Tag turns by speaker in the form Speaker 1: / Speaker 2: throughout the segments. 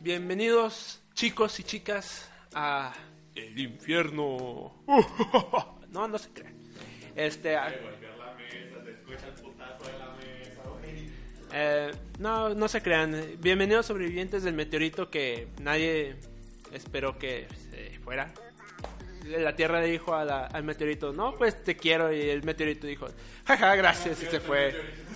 Speaker 1: Bienvenidos chicos y chicas a el infierno. No se crean. No se crean. Bienvenidos sobrevivientes del meteorito que nadie esperó que se fuera. La Tierra le dijo al meteorito, no, pues te quiero, y el meteorito dijo, jaja, gracias, y se fue.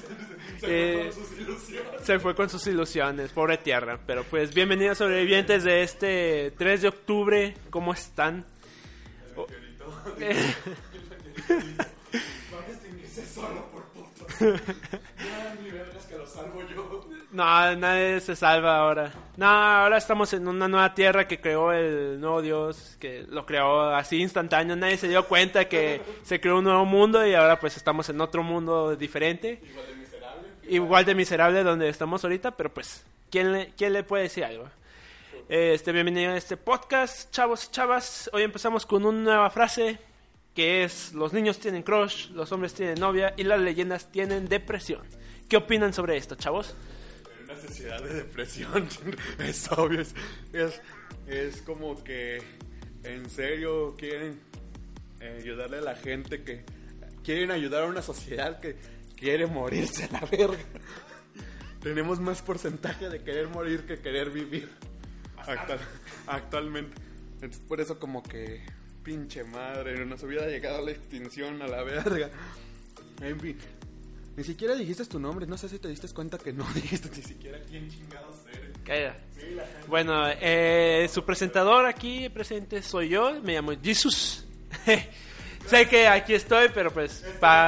Speaker 1: Se fue con sus ilusiones, pobre Tierra. Pero pues bienvenidos sobrevivientes de este 3 de octubre, ¿cómo están?
Speaker 2: El meteorito va a extinguirse solo por puto. Ya ni vergas que lo salvo yo.
Speaker 1: No, nadie se salva ahora. No, ahora estamos en una nueva tierra que creó el nuevo Dios, que lo creó así instantáneo. Nadie se dio cuenta que se creó un nuevo mundo y ahora pues estamos en otro mundo diferente. Igual de miserable donde estamos ahorita, pero pues, ¿quién le puede decir algo? Bienvenido a este podcast, chavos y chavas. Hoy empezamos con una nueva frase, que es: los niños tienen crush, los hombres tienen novia y las leyendas tienen depresión. ¿Qué opinan sobre esto, chavos?
Speaker 2: Una sociedad de depresión, es obvio, es como que en serio quieren ayudarle a la gente, que quieren ayudar a una sociedad que quiere morirse a la verga. Tenemos más porcentaje de querer morir que querer vivir actualmente. Es por eso como que pinche madre, nos hubiera llegado la extinción a la verga. En fin, ni siquiera dijiste tu nombre, no sé si te diste cuenta que no dijiste ni siquiera quién chingados eres.
Speaker 1: Calla. Sí, bueno, su presentador aquí presente soy yo, me llamo Jesus. Sé que aquí estoy, pero pues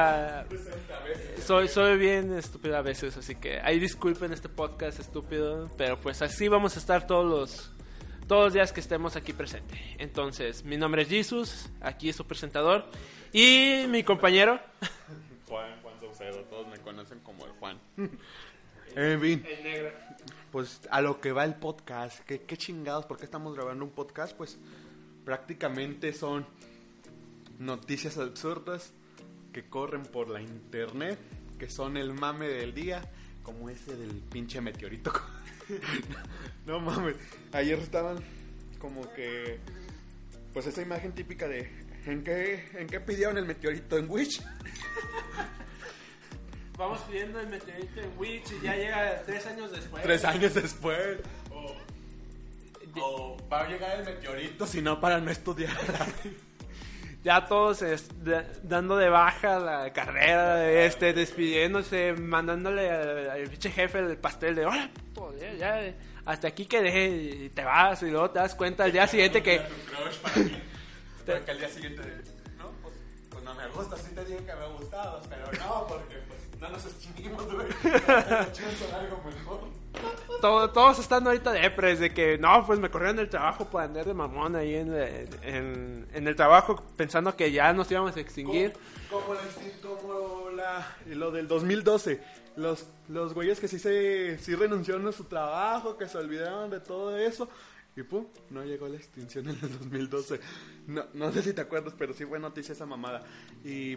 Speaker 1: soy bien estúpido a veces, así que ahí disculpen este podcast estúpido, pero pues así vamos a estar todos los días que estemos aquí presente. Entonces, mi nombre es Jesus, aquí es su presentador, y mi compañero
Speaker 2: Juan Saucedo, todos me conocen como el Juan. En fin,
Speaker 1: el negro.
Speaker 2: Pues a lo que va el podcast, ¿qué chingados? ¿Por qué estamos grabando un podcast? Pues prácticamente son noticias absurdas que corren por la internet, que son el mame del día, como ese del pinche meteorito. No mames, ayer estaban como que, pues esa imagen típica de ¿en qué pidieron el meteorito? ¿En Wish?
Speaker 1: Vamos pidiendo el meteorito en Wish y ya llega 3 años después.
Speaker 2: 3 años después. O va a llegar el meteorito, si no, para no estudiar.
Speaker 1: Ya todos dando de baja la carrera, despidiéndose, mandándole al pinche jefe el pastel de ¡hola, puto! Ya, hasta aquí quedé, y te vas, y luego te das cuenta al día siguiente que
Speaker 2: porque al día siguiente, no, pues no me gusta, sí te digo que me ha gustado, pero no, porque pues no nos extinguimos, güey. Algo mejor.
Speaker 1: Todos están ahorita depres de que no, pues me corrieron del trabajo por andar de mamón ahí en el trabajo, pensando que ya nos íbamos a extinguir.
Speaker 2: Como lo del 2012, los güeyes que sí renunciaron a su trabajo, que se olvidaron de todo eso, y pum, no llegó la extinción en el 2012. No sé si te acuerdas, pero sí fue noticia esa mamada. Y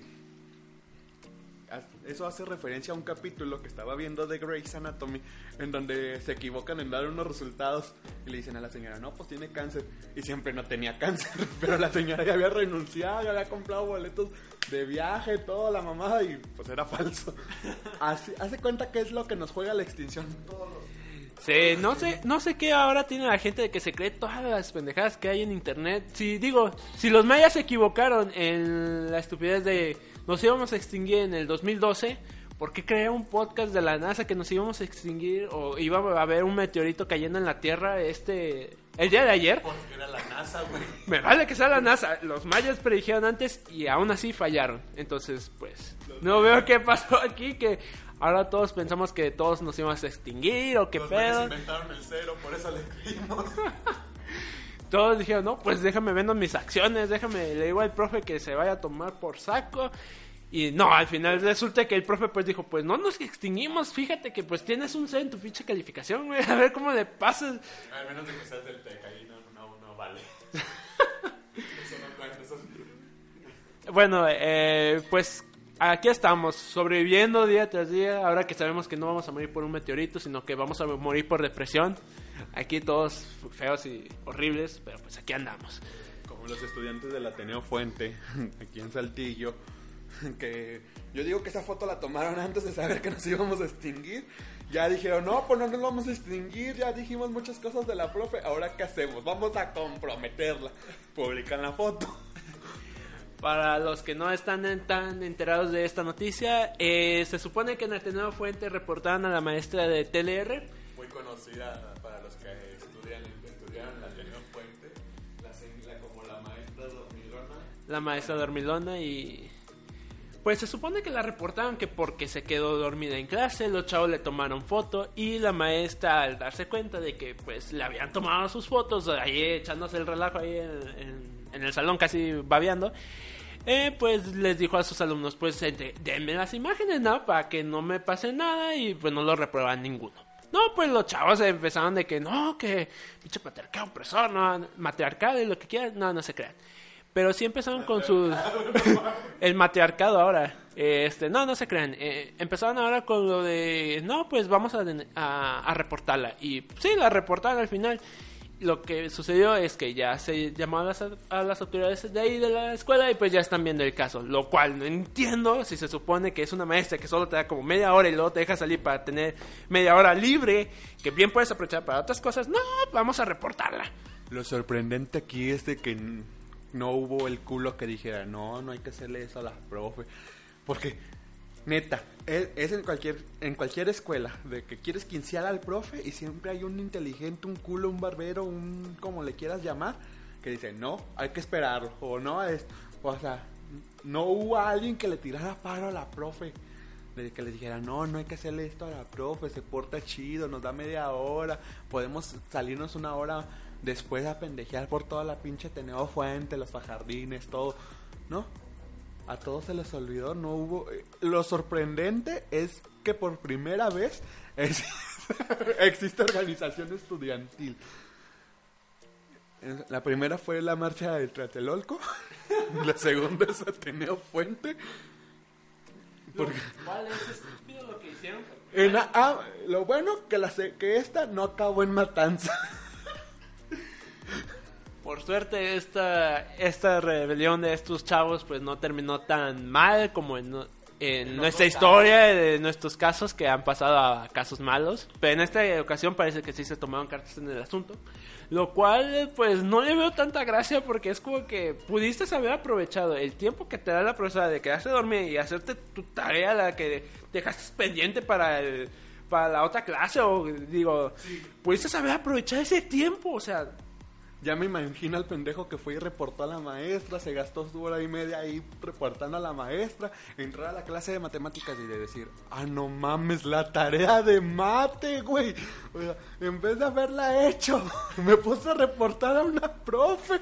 Speaker 2: eso hace referencia a un capítulo que estaba viendo de Grey's Anatomy, en donde se equivocan en dar unos resultados y le dicen a la señora, no, pues tiene cáncer, y siempre no tenía cáncer, pero la señora ya había renunciado, ya había comprado boletos de viaje, toda la mamada, y pues era falso. Hace cuenta que es lo que nos juega la extinción todos los...
Speaker 1: Sí, no sé qué ahora tiene la gente de que se cree todas las pendejadas que hay en internet. Si los mayas se equivocaron en la estupidez de nos íbamos a extinguir en el 2012, ¿por qué crear un podcast de la NASA que nos íbamos a extinguir o iba a haber un meteorito cayendo en la Tierra el día de ayer?
Speaker 2: Porque era la NASA, güey.
Speaker 1: Me vale que sea la NASA. Los mayas predijeron antes y aún así fallaron. Entonces, pues, no veo qué pasó aquí, que ahora todos pensamos que todos nos íbamos a extinguir o qué pedo.
Speaker 2: Los inventaron el cero, por eso le creímos.
Speaker 1: Todos dijeron, no, pues déjame vendo mis acciones, le digo al profe que se vaya a tomar por saco. Y no, al final resulta que el profe pues dijo, pues no nos extinguimos, fíjate que pues tienes un C en tu pinche calificación, güey, a ver cómo le pasas.
Speaker 2: Al menos de que seas del TEC, ahí no vale. Eso no cuenta, eso es...
Speaker 1: Bueno, pues aquí estamos, sobreviviendo día tras día, ahora que sabemos que no vamos a morir por un meteorito, sino que vamos a morir por depresión. Aquí todos feos y horribles, pero pues aquí andamos.
Speaker 2: Como los estudiantes del Ateneo Fuente, aquí en Saltillo, que yo digo que esa foto la tomaron antes de saber que nos íbamos a extinguir. Ya dijeron, no, pues no nos vamos a extinguir, ya dijimos muchas cosas de la profe, ahora ¿qué hacemos? Vamos a comprometerla. Publican la foto.
Speaker 1: Para los que no están tan enterados de esta noticia, se supone que en Ateneo Fuente reportaron a la maestra de TLR.
Speaker 2: Muy conocida para los que estudian en la Ateneo Fuente, como la maestra dormilona.
Speaker 1: La maestra dormilona y... Pues se supone que la reportaron que porque se quedó dormida en clase, los chavos le tomaron foto y la maestra al darse cuenta de que pues le habían tomado sus fotos ahí echándose el relajo ahí en el salón casi babeando, pues les dijo a sus alumnos pues denme las imágenes, ¿no? Para que no me pase nada y pues no lo reprueban ninguno. No, pues los chavos empezaron de que no, que pinche patriarcado opresor, no, matriarcado y lo que quieran, no se crean. Pero sí empezaron con sus... el matriarcado ahora. No se crean. Empezaron ahora con lo de... No, pues vamos a reportarla. Y sí, la reportaron al final. Lo que sucedió es que ya se llamó a las autoridades de ahí de la escuela y pues ya están viendo el caso. Lo cual no entiendo si se supone que es una maestra que solo te da como media hora y luego te deja salir para tener media hora libre, que bien puedes aprovechar para otras cosas. No, vamos a reportarla.
Speaker 2: Lo sorprendente aquí es de que no hubo el culo que dijera, no hay que hacerle eso a la profe. Porque, neta, es en cualquier escuela, de que quieres quincear al profe y siempre hay un inteligente, un culo, un barbero, un como le quieras llamar, que dice, no, hay que esperarlo, o no, o sea, no hubo alguien que le tirara paro a la profe, de que le dijera, no hay que hacerle esto a la profe, se porta chido, nos da media hora, podemos salirnos una hora después a pendejear por toda la pinche Ateneo Fuente, los Fajardines, todo, ¿no? A todos se les olvidó, no hubo... Lo sorprendente es que por primera vez existe organización estudiantil. La primera fue la marcha del Tlatelolco, la segunda es Ateneo Fuente.
Speaker 1: ¿Cuál es estúpido lo que hicieron?
Speaker 2: Lo bueno que esta no acabó en matanza.
Speaker 1: Por suerte esta rebelión de estos chavos pues no terminó tan mal como en nuestra historia de nuestros casos que han pasado a casos malos. Pero en esta ocasión parece que sí se tomaron cartas en el asunto. Lo cual pues no le veo tanta gracia porque es como que pudiste haber aprovechado el tiempo que te da la profesora de quedarse dormida y hacerte tu tarea, la que dejaste pendiente para la otra clase o digo, sí. Pudiste haber aprovechado ese tiempo, o sea...
Speaker 2: Ya me imagino al pendejo que fue y reportó a la maestra, se gastó su hora y media ahí reportando a la maestra, entrar a la clase de matemáticas y de decir, no mames, la tarea de mate, güey. O sea, en vez de haberla hecho, me puse a reportar a una profe.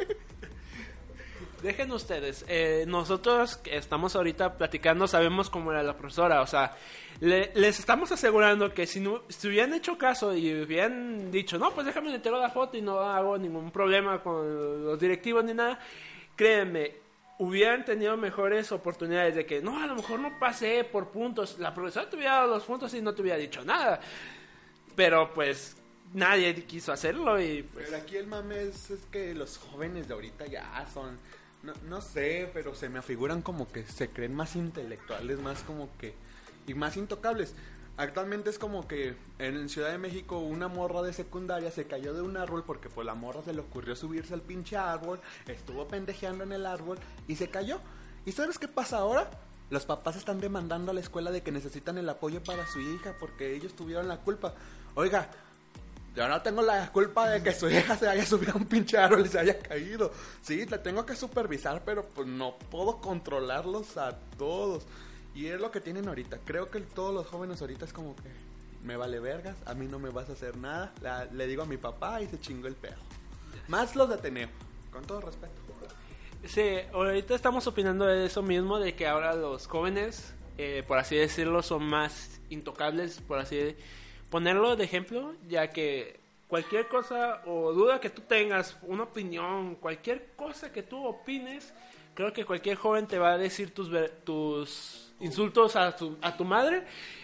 Speaker 1: Dejen ustedes, nosotros que estamos ahorita platicando sabemos cómo era la profesora, o sea, les estamos asegurando que si hubieran hecho caso y hubieran dicho, no, pues déjame meter la foto y no hago ningún problema con los directivos ni nada, créanme, hubieran tenido mejores oportunidades de que, no, a lo mejor no pasé por puntos, la profesora te hubiera dado los puntos y no te hubiera dicho nada, pero pues... Nadie quiso hacerlo y... Pues...
Speaker 2: Pero aquí el mame es que los jóvenes de ahorita ya son... No sé, pero se me afiguran como que se creen más intelectuales, más como que... Y más intocables. Actualmente es como que en Ciudad de México una morra de secundaria se cayó de un árbol porque pues la morra se le ocurrió subirse al pinche árbol, estuvo pendejeando en el árbol y se cayó. ¿Y sabes qué pasa ahora? Los papás están demandando a la escuela de que necesitan el apoyo para su hija porque ellos tuvieron la culpa. Oiga... Yo no tengo la culpa de que su hija se haya subido a un pinche árbol y se haya caído. Sí, la tengo que supervisar, pero pues no puedo controlarlos a todos. Y es lo que tienen ahorita. Creo que todos los jóvenes ahorita es como que me vale vergas, a mí no me vas a hacer nada. Le digo a mi papá y se chingó el pedo. Más los de Ateneo, con todo respeto.
Speaker 1: Sí, ahorita estamos opinando de eso mismo, de que ahora los jóvenes, por así decirlo, son más intocables, por así ponerlo de ejemplo, ya que cualquier cosa o duda que tú tengas, una opinión, cualquier cosa que tú opines, creo que cualquier joven te va a decir tus insultos a tu madre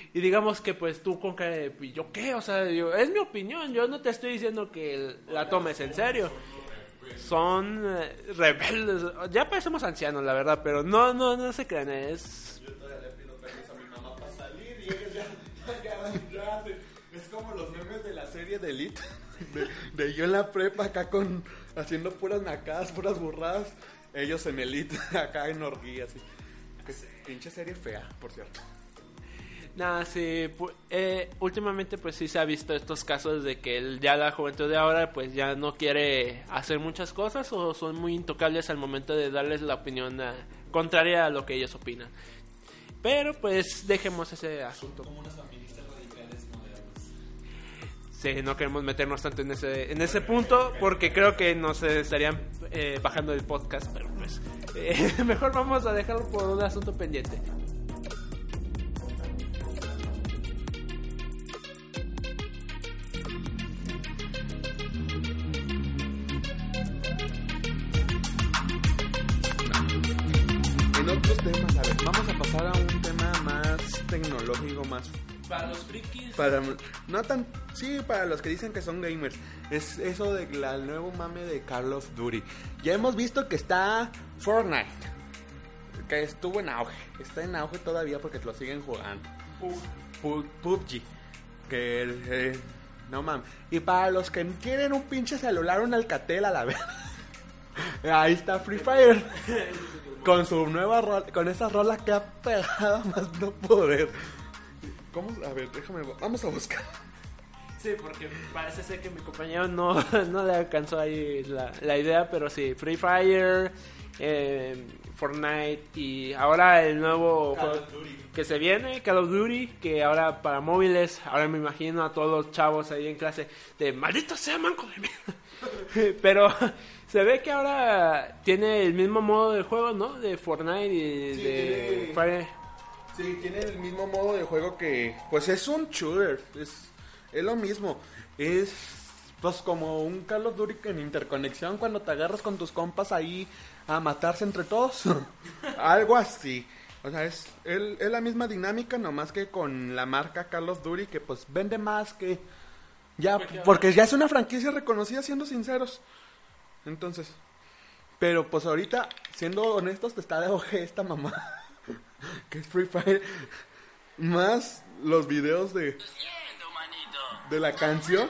Speaker 1: Y digamos que pues tú con que, ¿yo qué? O sea, es mi opinión, yo no te estoy diciendo que la tomes en serio. Son rebeldes, ya parecemos ancianos, la verdad, pero no se crean, es...
Speaker 2: Yo todavía le pido permiso a mi mamá para salir y ellos ya es como los memes de la serie de Elite, de yo en la prepa acá haciendo puras nacadas, puras burradas, ellos en Elite acá en orgías, así. Pinche serie fea, por cierto.
Speaker 1: Nada, sí, últimamente pues sí se ha visto estos casos de que ya la juventud de ahora pues ya no quiere hacer muchas cosas o son muy intocables al momento de darles la opinión contraria a lo que ellos opinan. Pero pues dejemos ese asunto.
Speaker 3: Como unas feministas radicales modernas.
Speaker 1: Sí, no queremos meternos tanto en ese punto porque creo que nos estarían bajando el podcast, pero pues mejor vamos a dejarlo por un asunto pendiente.
Speaker 2: En otros temas, a ver, vamos a pasar a un tema más tecnológico, más...
Speaker 1: Para los frikis.
Speaker 2: No tan... Sí, para los que dicen que son gamers. Es eso de el nuevo mame de Call of Duty. Ya hemos visto que está Fortnite, que estuvo en auge. Está en auge todavía porque lo siguen jugando. PUBG. Que... no mames. Y para los que quieren un pinche celular, un Alcatel a la vez. Ahí está Free Fire. Con su nueva rola, con esa rola que ha pegado más no poder. ¿Cómo? A ver, vamos a buscar.
Speaker 1: Sí, porque parece ser que mi compañero no le alcanzó ahí la idea, pero sí, Free Fire, Fortnite y ahora el nuevo juego que se viene, Call of Duty, que ahora para móviles, ahora me imagino a todos los chavos ahí en clase de maldito sea manco de mierda. Pero se ve que ahora tiene el mismo modo de juego, ¿no? De Fortnite y
Speaker 2: Sí,
Speaker 1: de Fire.
Speaker 2: Sí, tiene el mismo modo de juego que... Pues es un shooter, es lo mismo. Es pues como un Call of Duty en interconexión cuando te agarras con tus compas ahí a matarse entre todos. Algo así. O sea, es la misma dinámica, nomás que con la marca Call of Duty que pues vende más que... Ya, porque ya es una franquicia reconocida, siendo sinceros. Entonces... Pero pues ahorita, siendo honestos, te está de oje esta mamá. Que es Free Fire. Más los videos de la canción.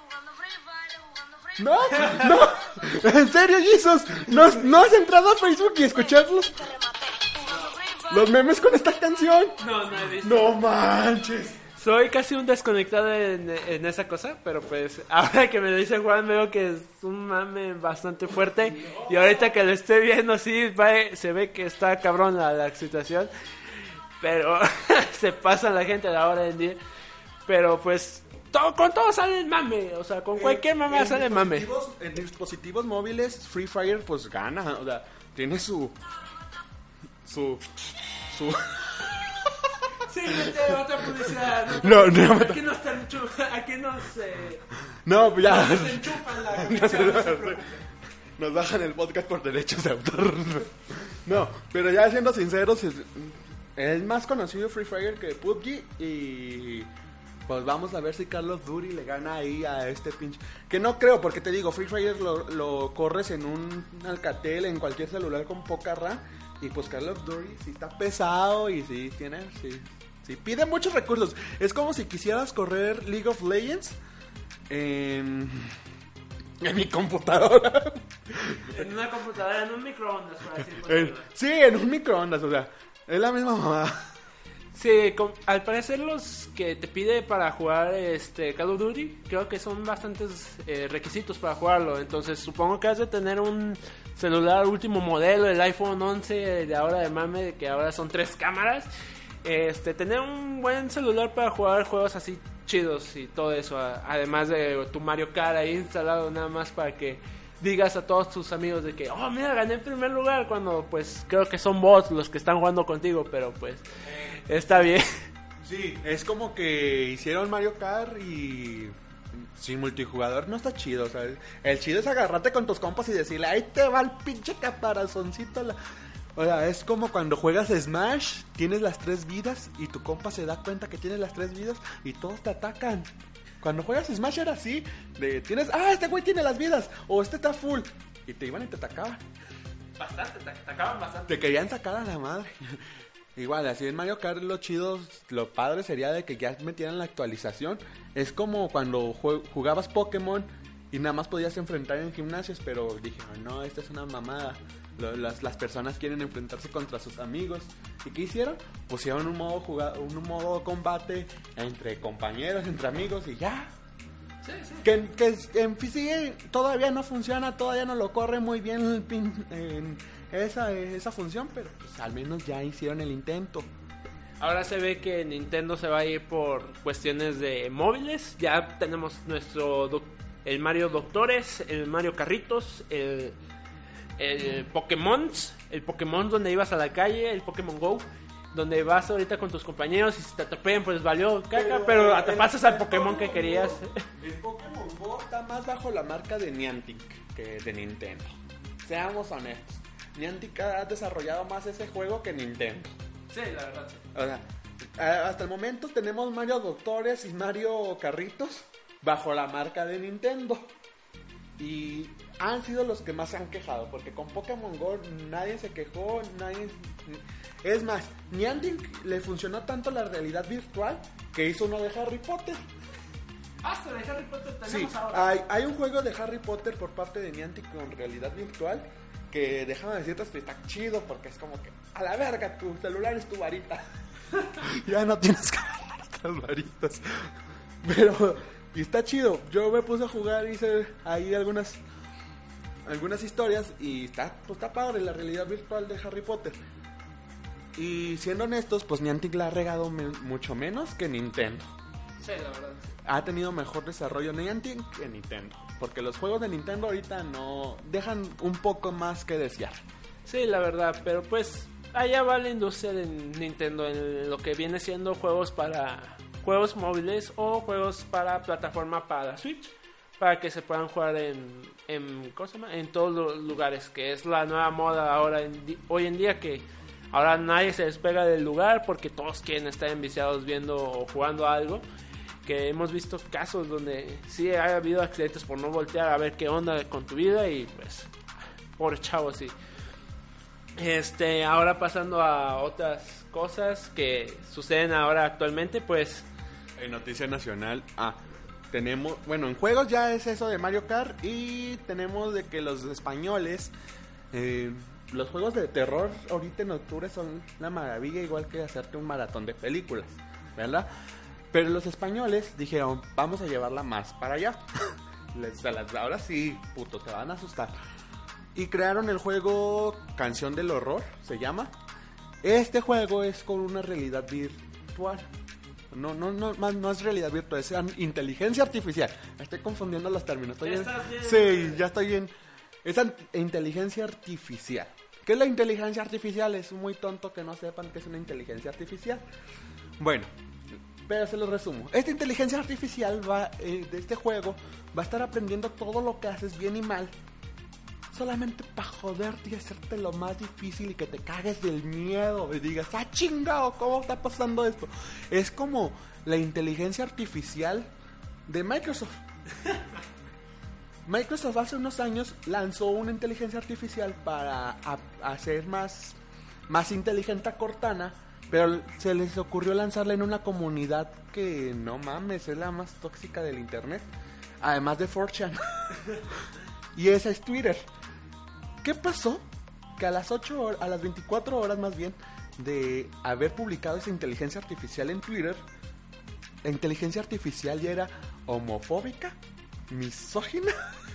Speaker 2: No, en serio, Jesus, no has entrado a Facebook y escucharlos. Los memes con esta canción.
Speaker 1: No he visto.
Speaker 2: No manches.
Speaker 1: Soy casi un desconectado en esa cosa, pero pues ahora que me lo dice Juan veo que es un mame bastante fuerte y ahorita que lo estoy viendo sí se ve que está cabrón la situación, pero se pasa la gente de ahora en día, pero pues con todo sale el mame, o sea, con cualquier mame sale el mame.
Speaker 2: En dispositivos móviles Free Fire pues gana, o sea, tiene su
Speaker 1: Sí, otra publicidad.
Speaker 2: No.
Speaker 1: Aquí nos
Speaker 2: No, ya.
Speaker 1: nos enchufan la canción, no se preocupen.
Speaker 2: Nos bajan el podcast por derechos de autor. No, pero ya siendo sinceros, es más conocido Free Fire que PUBG y pues vamos a ver si Call of Duty le gana ahí a este pinche. Que no creo, porque te digo, Free Fire lo corres en un Alcatel, en cualquier celular con poca RAM. Y pues Call of Duty sí está pesado y sí pide muchos recursos. Es como si quisieras correr League of Legends en mi computadora.
Speaker 1: En una computadora, en un microondas, por así decirlo.
Speaker 2: Sí, en un microondas, o sea, es la misma mamada.
Speaker 1: Sí, al parecer los que te pide para jugar Call of Duty, creo que son bastantes requisitos para jugarlo. Entonces supongo que has de tener un celular último modelo, el iPhone 11 de ahora de mame, que ahora son 3 cámaras. Tener un buen celular para jugar juegos así chidos y todo eso, además de tu Mario Kart ahí instalado nada más para que digas a todos tus amigos de que, oh mira, gané en primer lugar, cuando pues creo que son bots los que están jugando contigo, pero pues está bien.
Speaker 2: Sí, es como que hicieron Mario Kart y sin multijugador no está chido, o sea, el chido es agarrarte con tus compas y decirle, ahí te va el pinche caparazoncito. O sea, es como cuando juegas Smash, tienes las 3 vidas y tu compa se da cuenta que tienes las 3 vidas y todos te atacan. Cuando juegas Smash era así, este güey tiene las vidas, o este está full, y te iban y te atacaban.
Speaker 1: Bastante, te atacaban bastante.
Speaker 2: Te querían sacar a la madre. Igual, así en Mario Kart lo chido, lo padre sería de que ya metieran la actualización. Es como cuando jugabas Pokémon y nada más podías enfrentar en gimnasios, pero dije, no, esta es una mamada. Las personas quieren enfrentarse contra sus amigos. ¿Y qué hicieron? Pusieron un modo combate entre compañeros, entre amigos y ya.
Speaker 1: Sí, sí.
Speaker 2: Que en PC todavía no funciona, todavía no lo corre muy bien esa función, pero pues al menos ya hicieron el intento.
Speaker 1: Ahora se ve que Nintendo se va a ir por cuestiones de móviles. Ya tenemos el Mario Doctores, el Mario Carritos, el Pokémon donde ibas a la calle, el Pokémon Go, donde vas ahorita con tus compañeros y si te atropellan pues valió caca, pero te pasas al Pokémon que querías.
Speaker 2: El Pokémon Go está más bajo la marca de Niantic que de Nintendo. Seamos honestos. Niantic ha desarrollado más ese juego que Nintendo.
Speaker 1: Sí, la verdad. Sí.
Speaker 2: O sea, hasta el momento tenemos Mario Doctores y Mario Carritos bajo la marca de Nintendo. Y han sido los que más se han quejado, porque con Pokémon Go nadie se quejó, Es más, Niantic le funcionó tanto la realidad virtual que hizo uno de Harry Potter.
Speaker 1: Hasta de Harry Potter tenemos
Speaker 2: Sí,
Speaker 1: ahora.
Speaker 2: hay un juego de Harry Potter por parte de Niantic con realidad virtual que déjame decirte que está chido porque es como que a la verga tu celular es tu varita. Ya no tienes que agarrar otras varitas. Pero y está chido. Yo me puse a jugar, hice ahí algunas historias y está padre la realidad virtual de Harry Potter. Y siendo honestos, pues Niantic la ha regado mucho menos que Nintendo.
Speaker 1: Sí, la verdad.
Speaker 2: Ha tenido mejor desarrollo Niantic que Nintendo. Porque los juegos de Nintendo ahorita no dejan un poco más que desear.
Speaker 1: Sí, la verdad, pero pues allá va la industria de Nintendo en lo que viene siendo juegos móviles o juegos para plataforma para la Switch, para que se puedan jugar en todos los lugares, que es la nueva moda ahora hoy en día, que ahora nadie se despega del lugar porque todos quieren estar enviciados viendo o jugando algo. Que hemos visto casos donde sí ha habido accidentes por no voltear a ver qué onda con tu vida y pues pobre chavo, sí. Ahora pasando a otras cosas que suceden ahora actualmente, pues
Speaker 2: en noticia nacional, tenemos, bueno, en juegos ya es eso de Mario Kart y tenemos de que los españoles, los juegos de terror ahorita en octubre son la maravilla, igual que hacerte un maratón de películas, ¿verdad? Pero los españoles dijeron, vamos a llevarla más para allá. Ahora sí, puto, te van a asustar. Y crearon el juego Canción del Horror, se llama. Este juego es con una realidad virtual. No es realidad virtual, es inteligencia artificial. Estoy confundiendo los términos. Sí, ya estoy bien. Es inteligencia artificial. ¿Qué es la inteligencia artificial? Es muy tonto que no sepan qué es una inteligencia artificial. Bueno, pero se lo resumo. Esta inteligencia artificial de este juego va a estar aprendiendo todo lo que haces bien y mal, solamente para joderte y hacerte lo más difícil y que te cagues del miedo y digas, chingado, ¿cómo está pasando esto? Es como la inteligencia artificial de Microsoft. Microsoft hace unos años lanzó una inteligencia artificial para hacer más inteligente a Cortana, pero se les ocurrió lanzarla en una comunidad que no mames, es la más tóxica del internet, además de 4chan. Y esa es Twitter. ¿Qué pasó? Que a las 24 horas más bien de haber publicado esa inteligencia artificial en Twitter, la inteligencia artificial ya era homofóbica, misógina,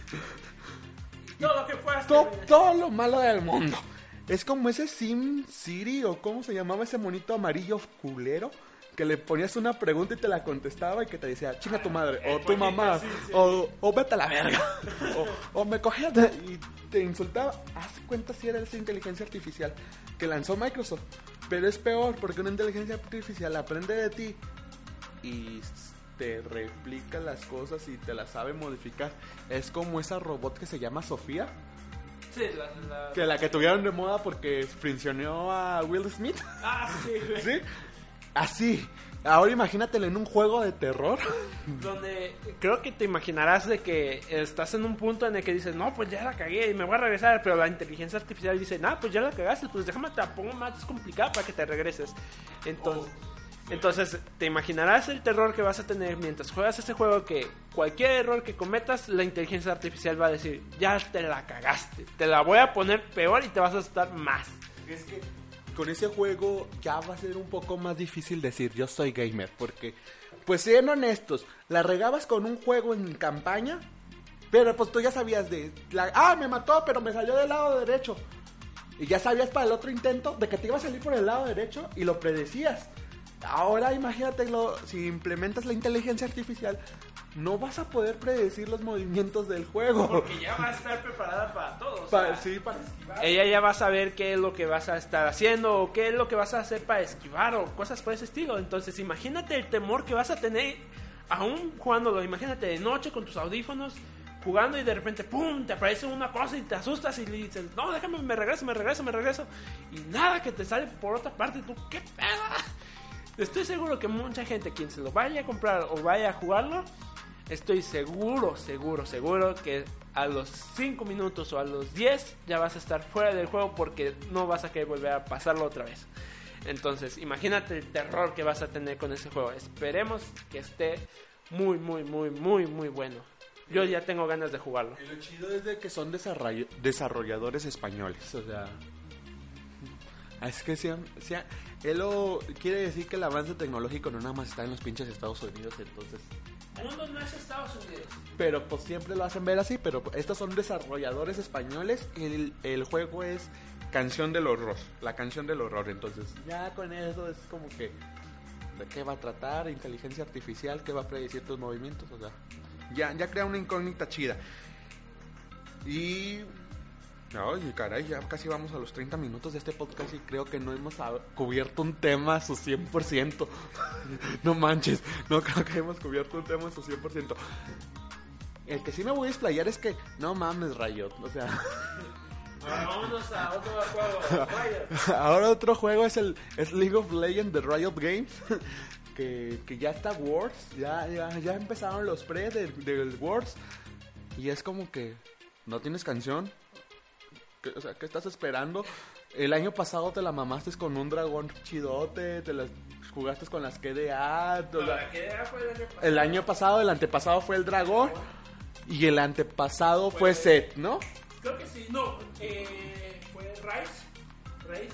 Speaker 1: todo lo que fue
Speaker 2: todo lo malo del mundo. Es como ese Sim City, o cómo se llamaba ese monito amarillo culero, que le ponías una pregunta y te la contestaba y que te decía, chinga tu madre, o tu mamá, sí. O vete a la verga, o me cogía y te insultaba. Haz cuenta si era esa inteligencia artificial que lanzó Microsoft. Pero es peor, porque una inteligencia artificial aprende de ti y te replica las cosas y te las sabe modificar. Es como esa robot que se llama Sofía.
Speaker 1: Sí,
Speaker 2: Que la que tuvieron de moda porque frencionó a Will Smith.
Speaker 1: Ah, sí, güey.
Speaker 2: ¿Sí? Así. Ahora imagínatelo en un juego de terror.
Speaker 1: Donde creo que te imaginarás de que estás en un punto en el que dices, no, pues ya la cagué y me voy a regresar, pero la inteligencia artificial dice, no, pues ya la cagaste, pues déjame te la pongo más complicada para que te regreses. Entonces te imaginarás el terror que vas a tener mientras juegas ese juego, que cualquier error que cometas, la inteligencia artificial va a decir, ya te la cagaste, te la voy a poner peor y te vas a asustar más.
Speaker 2: Es que con ese juego ya va a ser un poco más difícil decir yo soy gamer, porque, pues siendo honestos, la regabas con un juego en campaña, pero pues tú ya sabías me mató, pero me salió del lado derecho, y ya sabías para el otro intento de que te iba a salir por el lado derecho y lo predecías. Ahora imagínate, si implementas la inteligencia artificial, no vas a poder predecir los movimientos del juego.
Speaker 1: Porque ya va a estar preparada para todo.
Speaker 2: Para esquivar.
Speaker 1: Ella ya va a saber qué es lo que vas a estar haciendo o qué es lo que vas a hacer para esquivar o cosas por ese estilo. Entonces imagínate el temor que vas a tener aún jugándolo. Imagínate de noche con tus audífonos jugando y de repente ¡pum! Te aparece una cosa y te asustas y le dices, no, déjame, me regreso. Y nada, que te sale por otra parte. Tú, ¿qué pedo? Estoy seguro que mucha gente, quien se lo vaya a comprar o vaya a jugarlo, estoy seguro que a los 5 minutos o a los 10 ya vas a estar fuera del juego porque no vas a querer volver a pasarlo otra vez. Entonces, imagínate el terror que vas a tener con ese juego. Esperemos que esté muy bueno. Yo ya tengo ganas de jugarlo.
Speaker 2: Y lo chido es de que son desarrolladores españoles, o sea... Es que él quiere decir que el avance tecnológico no nada más está en los pinches Estados Unidos, entonces...
Speaker 1: El mundo no es Estados Unidos.
Speaker 2: Pero pues siempre lo hacen ver así, pero estos son desarrolladores españoles y el juego es Canción del Horror, la Canción del Horror, entonces ya con eso es como que... ¿De qué va a tratar? Inteligencia artificial, ¿qué va a predecir tus movimientos? O sea, ya crea una incógnita chida. Y... Ay, caray, ya casi vamos a los 30 minutos de este podcast y creo que no hemos cubierto un tema a su 100%. No manches, no creo que hemos cubierto un tema a su 100%. El que sí me voy a explayar es que, no mames, Riot, o sea...
Speaker 1: Ahora vámonos a otro juego, Riot.
Speaker 2: Ahora otro juego es League of Legends de Riot Games. que ya está Worlds, ya empezaron los pre del Worlds. Y es como que, ¿no tienes canción? O sea, ¿qué estás esperando? El año pasado te la mamaste con un dragón chidote, te las jugaste con las KDA.
Speaker 1: La KDA fue el año pasado.
Speaker 2: El año pasado, el antepasado fue el dragón. Y el antepasado fue Set, ¿no?
Speaker 1: Creo que sí, no. Fue Rise,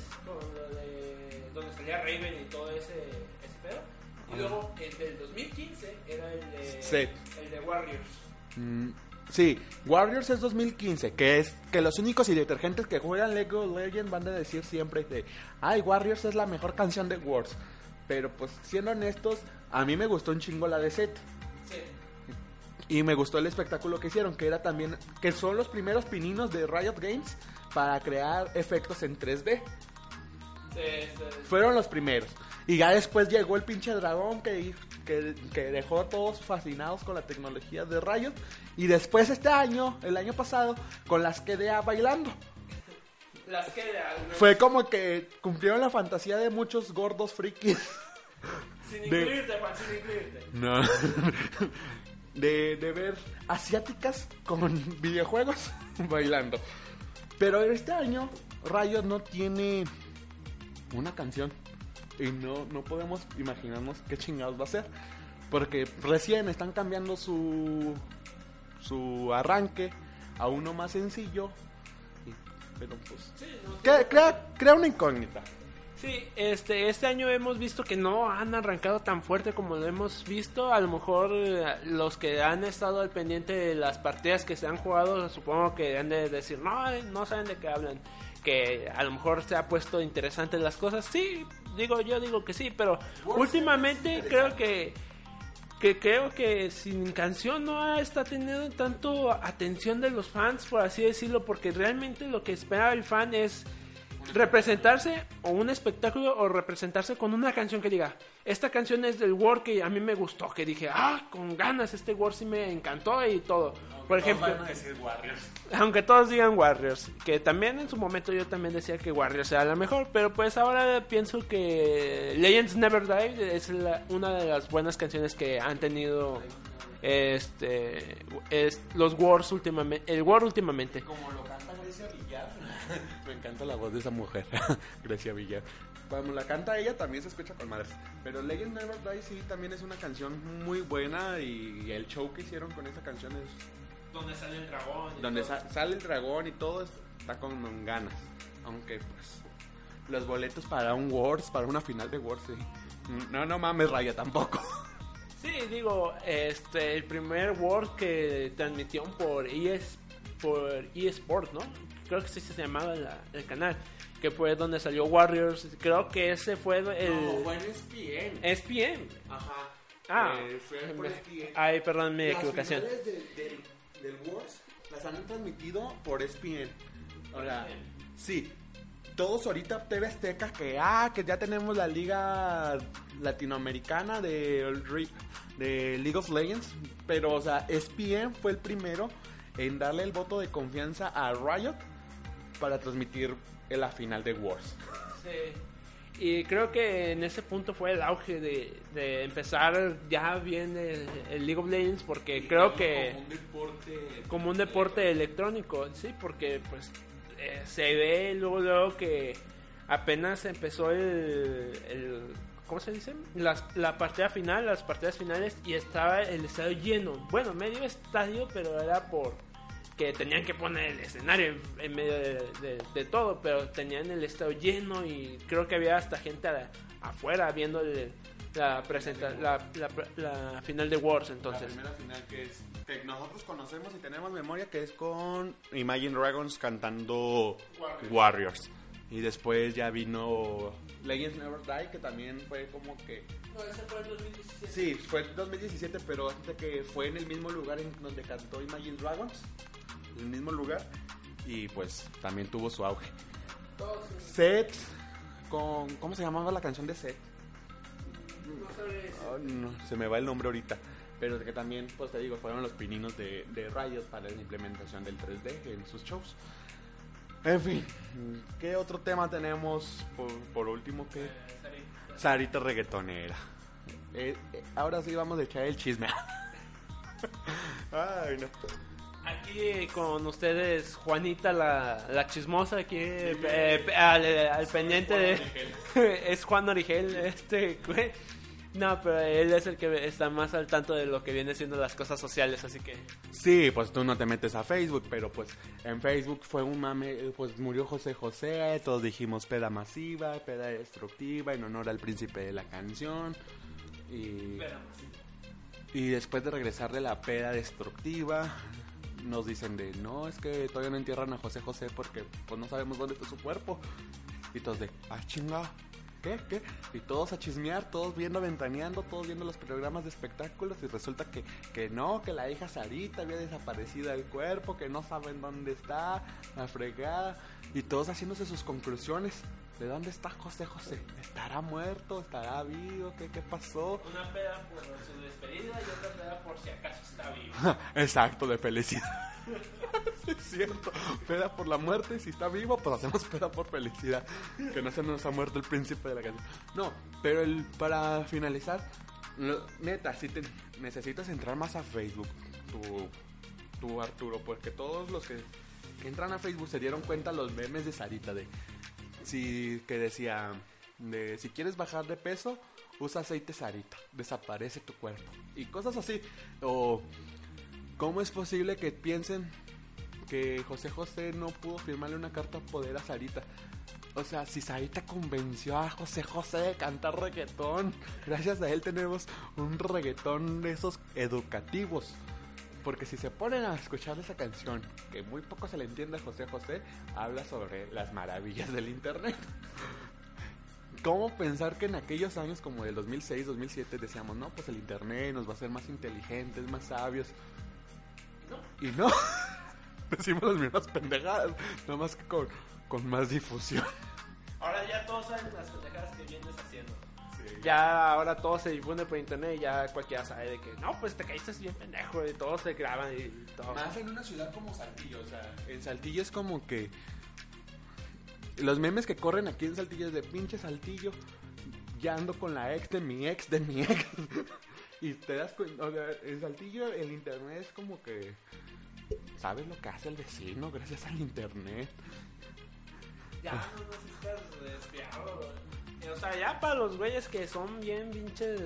Speaker 1: donde salía Raven y todo ese pedo. Y luego el del 2015 era el de
Speaker 2: Set.
Speaker 1: El de Warriors.
Speaker 2: Sí, Warriors es 2015, que los únicos y detergentes que juegan League of Legends van a decir siempre de, ay, Warriors es la mejor canción de Worlds. Pero pues siendo honestos, a mí me gustó un chingo la de Set.
Speaker 1: Sí.
Speaker 2: Y me gustó el espectáculo que hicieron, que era también, que son los primeros pininos de Riot Games para crear efectos en 3D.
Speaker 1: Sí.
Speaker 2: Fueron los primeros. Y ya después llegó el pinche dragón que dejó a todos fascinados con la tecnología de Riot. Y después el año pasado, con las KDA bailando.
Speaker 1: Las KDA. ¿No?
Speaker 2: Fue como que cumplieron la fantasía de muchos gordos frikis.
Speaker 1: Sin incluirte, Juan, sin incluirte.
Speaker 2: No. De ver asiáticas con videojuegos bailando. Pero este año Riot no tiene una canción. Y no podemos imaginarnos qué chingados va a ser. Porque recién están cambiando su arranque a uno más sencillo. Pero pues... Sí, crea una incógnita.
Speaker 1: Sí, este año hemos visto que no han arrancado tan fuerte como lo hemos visto. A lo mejor los que han estado al pendiente de las partidas que se han jugado, supongo que han de decir, no saben de qué hablan. Que a lo mejor se ha puesto interesantes las cosas. Sí, yo digo que sí, pero últimamente creo que sin canción no está teniendo tanto atención de los fans, por así decirlo, porque realmente lo que espera el fan es representarse o un espectáculo o representarse con una canción que diga, esta canción es del War que a mí me gustó, que dije, con ganas, este War sí me encantó y todo. Por ejemplo,
Speaker 2: Todos van a decir Warriors.
Speaker 1: aunque todos digan Warriors, que también en su momento yo también decía que Warriors era la mejor, pero pues ahora pienso que Legends Never Die es una de las buenas canciones que han tenido los Wars últimamente, el War últimamente.
Speaker 2: Como lo canta Grecia Villar. Me encanta la voz de esa mujer, Grecia Villar. Cuando la canta ella también se escucha con madres. Pero Legend Never Die sí también es una canción muy buena y el show que hicieron con esa canción es...
Speaker 1: Donde sale el dragón.
Speaker 2: Donde sale el dragón y todo está con ganas. Aunque pues los boletos para un Wars, para una final de Wars, sí. No mames, Raya, tampoco.
Speaker 1: Sí, digo, el primer War que transmitieron por eSport, ¿no? Creo que sí se llamaba el canal, que fue donde salió Warriors. Creo que ese fue el...
Speaker 2: No, fue en ESPN.
Speaker 1: ESPN.
Speaker 2: Ajá. Fue por ESPN.
Speaker 1: Ay, perdón, mi
Speaker 2: Las
Speaker 1: equivocación.
Speaker 2: finales del Wars las han transmitido por ESPN. Ahora, sí. Todos ahorita TV Azteca que ya tenemos la liga latinoamericana de League of Legends, pero o sea, ESPN fue el primero en darle el voto de confianza a Riot para transmitir la final de Wars.
Speaker 1: Sí. Y creo que en ese punto fue el auge de empezar ya bien el League of Legends, porque creo que como un deporte electrónico, sí, porque pues se ve luego que apenas empezó el ¿cómo se dice? La partida final, las partidas finales, y estaba el estadio lleno. Bueno, medio estadio, pero era por que tenían que poner el escenario en medio de todo, pero tenían el estadio lleno y creo que había hasta gente afuera viendo la final de Wars. Entonces,
Speaker 2: la primera final que nosotros conocemos y tenemos memoria, que es con Imagine Dragons cantando Warriors. Y después ya vino Legends Never Die, que también fue como que...
Speaker 1: No, ese fue en 2017.
Speaker 2: Sí, fue en 2017, pero antes que fue en el mismo lugar en donde cantó Imagine Dragons, el mismo lugar, y pues también tuvo su auge. Set con... ¿Cómo se llamaba la canción de Set?
Speaker 1: No sabes.
Speaker 2: No, se me va el nombre ahorita. Pero que también, pues te digo, fueron los pininos de Riot para la implementación del 3D en sus shows. En fin, ¿qué otro tema tenemos por último? Que Sarita reggaetonera. Ahora sí vamos a echar el chisme. Ay, no.
Speaker 1: Aquí con ustedes, Juanita, la chismosa, aquí al pendiente de... es Juan Origel, güey. No, pero él es el que está más al tanto de lo que viene siendo las cosas sociales, así que...
Speaker 2: Sí, pues tú no te metes a Facebook, pero pues en Facebook fue un mame, pues murió José José, todos dijimos peda masiva, peda destructiva, en honor al príncipe de la canción, y después de regresar de la peda destructiva, nos dicen no, es que todavía no entierran a José José porque pues no sabemos dónde está su cuerpo, y todos chinga. ¿Qué? Y todos a chismear, todos viendo Ventaneando, todos viendo los programas de espectáculos, y resulta que no, que la hija Sarita había desaparecido del cuerpo, que no saben dónde está, la fregada, y todos haciéndose sus conclusiones. ¿De dónde está José José? ¿Estará muerto? ¿Estará vivo? ¿Qué pasó?
Speaker 1: Una peda por su despedida y otra peda por si acaso está vivo.
Speaker 2: Exacto, de felicidad. Sí, es cierto. Peda por la muerte, y si está vivo, pues hacemos peda por felicidad. Que no se nos ha muerto el príncipe de la canción. No, pero para finalizar, neta, si necesitas entrar más a Facebook, tú Arturo, porque todos los que entran a Facebook se dieron cuenta los memes de Sarita que decía si quieres bajar de peso, usa aceite Sarita, desaparece tu cuerpo y cosas así. O ¿cómo es posible que piensen que José José no pudo firmarle una carta de poder a Sarita? O sea, si Sarita convenció a José José de cantar reggaetón, gracias a él tenemos un reggaetón de esos educativos. Porque si se ponen a escuchar esa canción, que muy poco se le entiende a José José, habla sobre las maravillas del internet. ¿Cómo pensar que en aquellos años como del 2006, 2007 decíamos, no, pues el internet nos va a hacer más inteligentes, más sabios? Y no, decimos las mismas pendejadas, nada más que con más difusión.
Speaker 1: Ahora ya todos saben las pendejadas que vienes haciendo.
Speaker 2: Sí.
Speaker 1: Ya ahora todo se difunde por internet y ya cualquiera sabe de que no, pues te caíste bien pendejo y todos se graban y todo.
Speaker 2: Más en una ciudad como Saltillo, o sea, en Saltillo es como que los memes que corren aquí en Saltillo es de pinche Saltillo, ya ando con la ex de mi ex de mi ex. Y te das cuenta, o sea, en Saltillo el internet es como que sabes lo que hace el vecino gracias al internet.
Speaker 1: Ya no estás desviado. O sea, ya para los güeyes que son bien pinches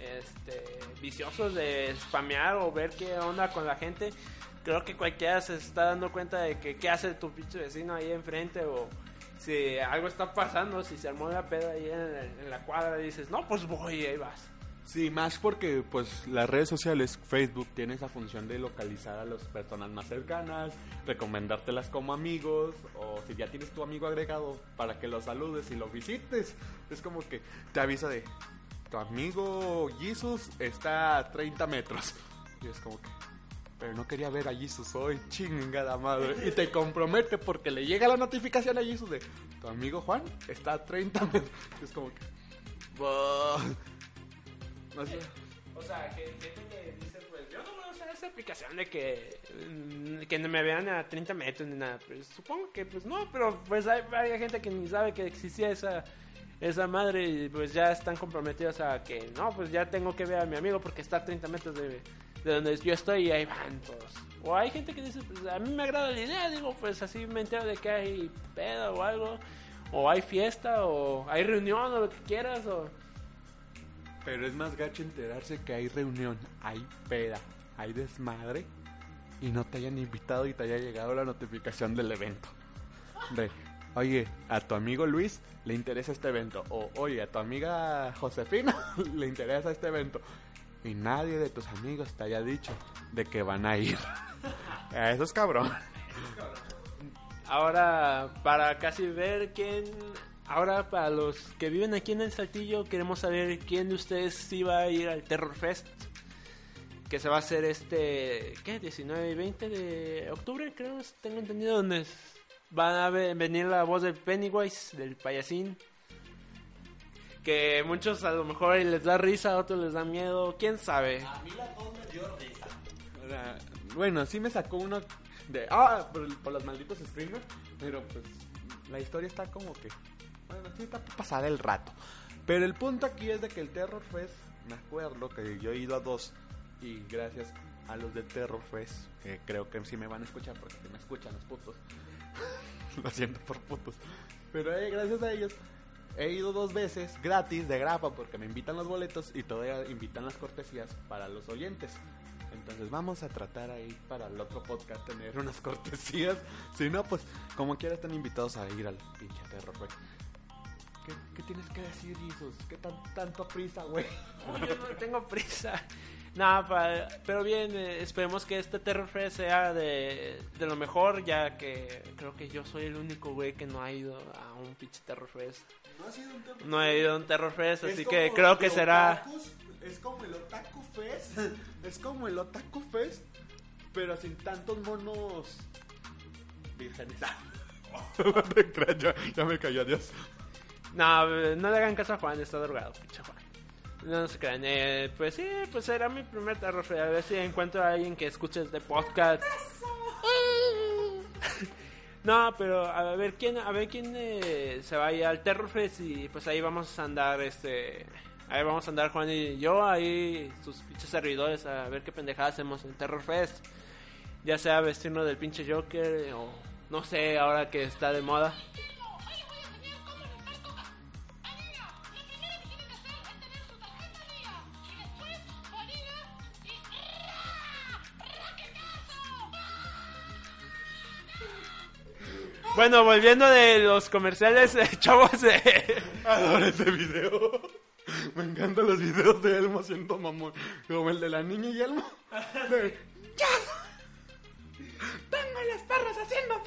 Speaker 1: viciosos de spamear o ver qué onda con la gente, creo que cualquiera se está dando cuenta de que qué hace tu pinche vecino ahí enfrente o si algo está pasando, si se armó la peda ahí en la cuadra y dices, no, pues voy y ahí vas.
Speaker 2: Sí, más porque pues las redes sociales, Facebook tiene esa función de localizar a las personas más cercanas, recomendártelas como amigos, o si ya tienes tu amigo agregado para que lo saludes y lo visites, es como que te avisa de tu amigo Jesus está a 30 metros y es como que, pero no quería ver a Jesus hoy, chingada madre, y te compromete porque le llega la notificación a Jesus de tu amigo Juan está a 30 metros, y es como que "Buah". No sé.
Speaker 1: O sea, que dice, pues yo no voy a usar esa aplicación de que no me vean a 30 metros ni nada. Pues supongo que pues no, pero pues hay gente que ni sabe que existía esa madre y pues ya están comprometidos a que no, pues ya tengo que ver a mi amigo porque está a 30 metros de donde yo estoy y ahí van todos. O hay gente que dice, pues a mí me agrada la idea, digo, pues así me entero de que hay pedo o algo, o hay fiesta, o hay reunión o lo que quieras, o...
Speaker 2: Pero es más gacho enterarse que hay reunión, hay peda, hay desmadre y no te hayan invitado y te haya llegado la notificación del evento. De, oye, a tu amigo Luis le interesa este evento. O, oye, a tu amiga Josefina le interesa este evento. Y nadie de tus amigos te haya dicho de que van a ir. Eso es cabrón.
Speaker 1: Ahora, para casi ver quién... Ahora, para los que viven aquí en el Saltillo, queremos saber quién de ustedes iba a ir al Terror Fest. Que se va a hacer ¿qué? 19 y 20 de octubre, creo, tengo entendido, donde va a venir la voz de Pennywise, del payasín. Que muchos a lo mejor les da risa, a otros les da miedo, quién sabe.
Speaker 3: A mí la voz me dio risa.
Speaker 2: Bueno, sí me sacó uno de... por los malditos streamers. Pero pues la historia está como que... Bueno, sí está para pasar el rato. Pero el punto aquí es de que el Terror Fest, me acuerdo que yo he ido a 2. Y gracias a los de Terror Fest, que creo que sí me van a escuchar porque sí me escuchan los putos. Lo siento por putos. Pero gracias a ellos he ido 2 veces gratis de grapa porque me invitan los boletos y todavía invitan las cortesías para los oyentes. Entonces vamos a tratar ahí para el otro podcast tener unas cortesías. Si no, pues como quiera están invitados a ir al pinche Terror Fest. ¿Qué tienes que decir, Jesus? ¿Qué tanto prisa, güey?
Speaker 1: Yo no tengo prisa. Nada, pero bien, esperemos que este Terror Fest sea de lo mejor, ya que creo que yo soy el único güey que no ha ido a un pinche Terror Fest.
Speaker 2: ¿No ha sido un Terror Fest?
Speaker 1: No he ido a un Terror Fest,
Speaker 2: Es
Speaker 1: así
Speaker 2: como
Speaker 1: que creo que
Speaker 2: los
Speaker 1: será...
Speaker 2: otakus, es como el Otaku Fest. Es como el Otaku Fest, pero sin tantos monos vírgenes. No te creas, ya me cayó, adiós.
Speaker 1: No le hagan caso a Juan, está drogado, pinche Juan. No se crean, pues sí, pues será mi primer Terror Fest. A ver si encuentro a alguien que escuche este podcast. No, pero a ver quién se va a ir al Terror Fest y pues ahí vamos a andar, ahí vamos a andar Juan y yo, ahí sus pinches servidores a ver qué pendejada hacemos en Terror Fest. Ya sea vestirnos del pinche Joker o no sé, ahora que está de moda. Bueno, volviendo de los comerciales, chavos,
Speaker 2: Adoro ese video. Me encantan los videos de Elmo haciendo mamón. Como el de la niña y Elmo. ¡Ya! ¡Tengo las perras haciendo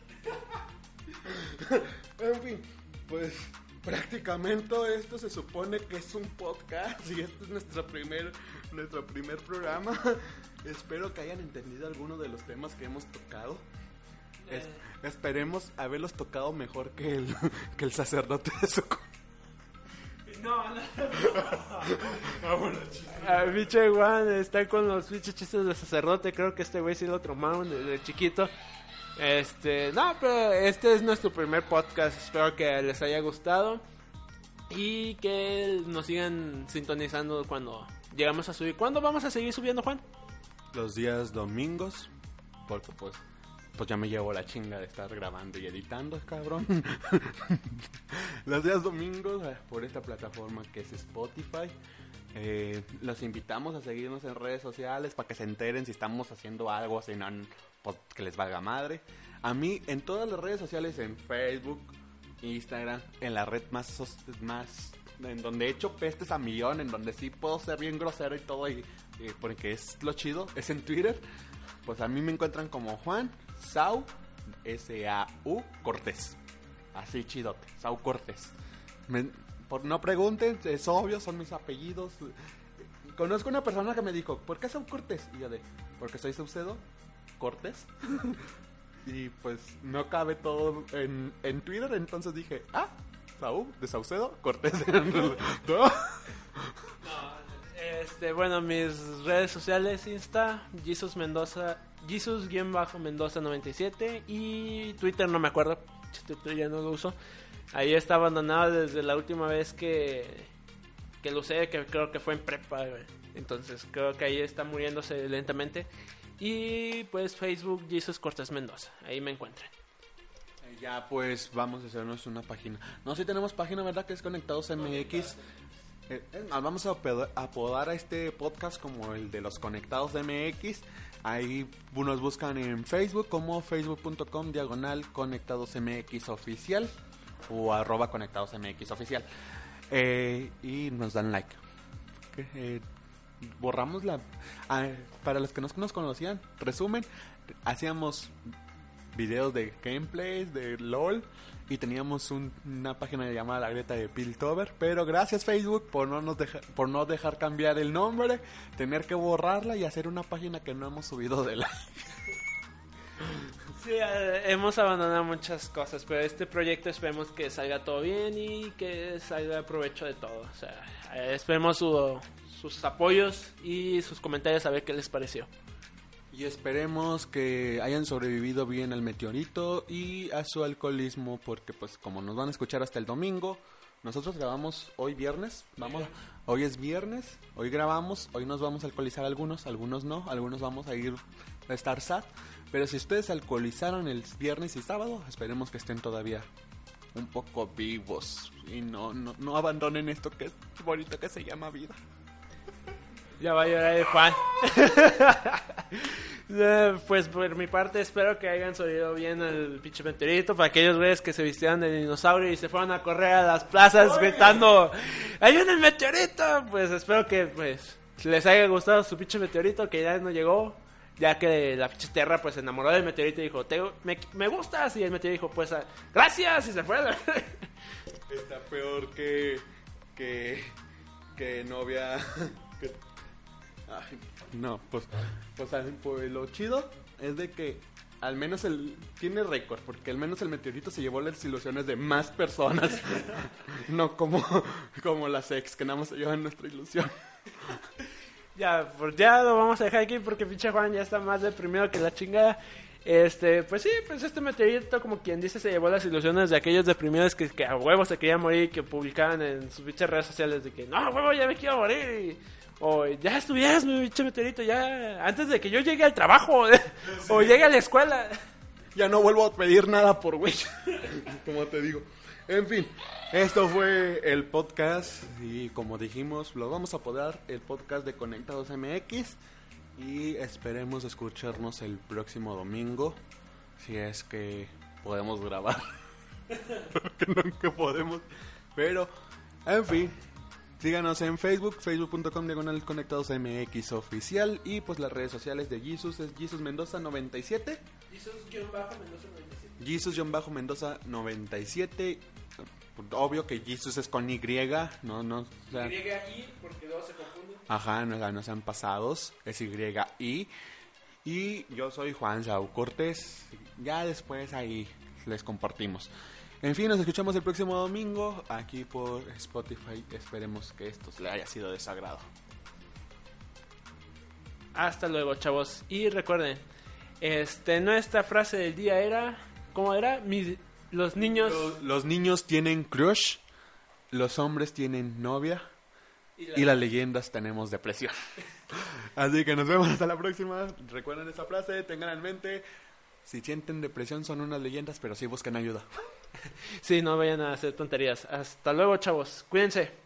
Speaker 2: fila! En fin, pues prácticamente esto se supone que es un podcast y este es nuestro primer programa. Espero que hayan entendido alguno de los temas que hemos tocado. Esperemos haberlos tocado mejor que el sacerdote de su...
Speaker 1: No. Pinche Juan está con los pinches chistes de sacerdote. Creo que este güey sí lo traumaron desde chiquito. No, pero este es nuestro primer podcast. Espero que les haya gustado y que nos sigan sintonizando cuando llegamos a subir. ¿Cuándo vamos a seguir subiendo, Juan?
Speaker 2: Los días domingos, porque pues ya me llevo la chinga de estar grabando y editando, cabrón. Los días domingos por esta plataforma que es Spotify. Los invitamos a seguirnos en redes sociales para que se enteren si estamos haciendo algo, si no, pues, que les valga madre. A mí en todas las redes sociales, en Facebook, Instagram, en la red más en donde he hecho pestes a millón, en donde sí puedo ser bien grosero y todo, y porque es lo chido, es en Twitter. Pues a mí me encuentran como Juan Sau, S-A-U Cortés. Así chidote, Sau Cortés. No pregunten, es obvio, son mis apellidos. Conozco una persona que me dijo, ¿por qué Sau Cortés? Y yo porque soy Saucedo Cortés. Y pues no cabe todo en Twitter, entonces dije, Sau, de Saucedo Cortés.
Speaker 1: Bueno, mis redes sociales, Insta, Jesus-Mendoza97, y Twitter no me acuerdo, Twitter ya no lo uso. Ahí está abandonado desde la última vez que lo usé, que creo que fue en prepa, güey. Entonces creo que ahí está muriéndose lentamente. Y pues Facebook, Jesus Cortés Mendoza, ahí me encuentran.
Speaker 2: Ya pues vamos a hacernos una página. No, sí tenemos página, ¿verdad? Que es Conectados MX. Vamos a apodar a este podcast como el de los Conectados MX. Ahí nos buscan en Facebook como facebook.com/conectadosmx oficial o @conectadosmx oficial. Y nos dan like. Borramos para los que no nos conocían, resumen, hacíamos videos de gameplays de LOL y teníamos una página llamada La Grieta de Piltover, pero gracias Facebook por no dejar cambiar el nombre, tener que borrarla y hacer una página que no hemos subido de like.
Speaker 1: Sí, hemos abandonado muchas cosas, pero este proyecto esperemos que salga todo bien y que salga provecho de todo. O sea, esperemos sus apoyos y sus comentarios a ver qué les pareció.
Speaker 2: Y esperemos que hayan sobrevivido bien al meteorito y a su alcoholismo, porque pues como nos van a escuchar hasta el domingo, nosotros grabamos hoy viernes, hoy es viernes, hoy grabamos, hoy nos vamos a alcoholizar algunos no, algunos vamos a estar sad, pero si ustedes alcoholizaron el viernes y sábado, esperemos que estén todavía un poco vivos y no abandonen esto que es bonito que se llama vida.
Speaker 1: Ya va a llorar el Juan. Pues por mi parte espero que hayan sobrevivido bien al pinche meteorito. Para aquellos güeyes que se vistieron de dinosaurio y se fueron a correr a las plazas gritando ¡ahí viene el meteorito! Pues espero que pues les haya gustado su pinche meteorito, que ya no llegó, ya que la pinche Tierra pues se enamoró del meteorito y dijo me gustas, y el meteorito dijo pues gracias, y se fue.
Speaker 2: Está peor que novia. Ay, no, pues lo chido es de que al menos tiene récord, porque al menos el meteorito se llevó las ilusiones de más personas. No como las ex, que nada más se llevan nuestra ilusión.
Speaker 1: Pues ya lo vamos a dejar aquí porque pinche Juan ya está más deprimido que la chingada. Pues sí, pues este meteorito, como quien dice, se llevó las ilusiones de aquellos deprimidos que a huevo se querían morir y que publicaban en sus pinches redes sociales de que no, a huevo, ya me quiero morir. O ya estuvieras, mi pinche meteorito, ya antes de que yo llegue al trabajo o llegue a la escuela.
Speaker 2: Ya no vuelvo a pedir nada por güey. Como te digo. En fin, esto fue el podcast y como dijimos, lo vamos a apodar el podcast de Conectados MX. Y esperemos escucharnos el próximo domingo, si es que podemos grabar. Porque nunca podemos. Pero, en fin, síganos en Facebook, facebook.com/conectadosmx oficial. Y pues las redes sociales de Jesus es Jesus Mendoza 97. Jesus-Mendoza 97. Obvio que Jesus es con Y, no, o sea,
Speaker 1: Y porque luego se confunde.
Speaker 2: Ajá, no sean pasados, es Y. Y yo soy Juan Saúl Cortés. Ya después ahí les compartimos. En fin, nos escuchamos el próximo domingo aquí por Spotify. Esperemos que esto le haya sido de su agrado.
Speaker 1: Hasta luego, chavos. Y recuerden, nuestra frase del día era, ¿cómo era? Los niños...
Speaker 2: Los niños tienen crush, los hombres tienen novia y las leyendas tenemos depresión. Así que nos vemos hasta la próxima. Recuerden esa frase, tengan en mente, si sienten depresión son unas leyendas, pero sí busquen ayuda.
Speaker 1: Sí, no vayan a hacer tonterías. Hasta luego, chavos. Cuídense.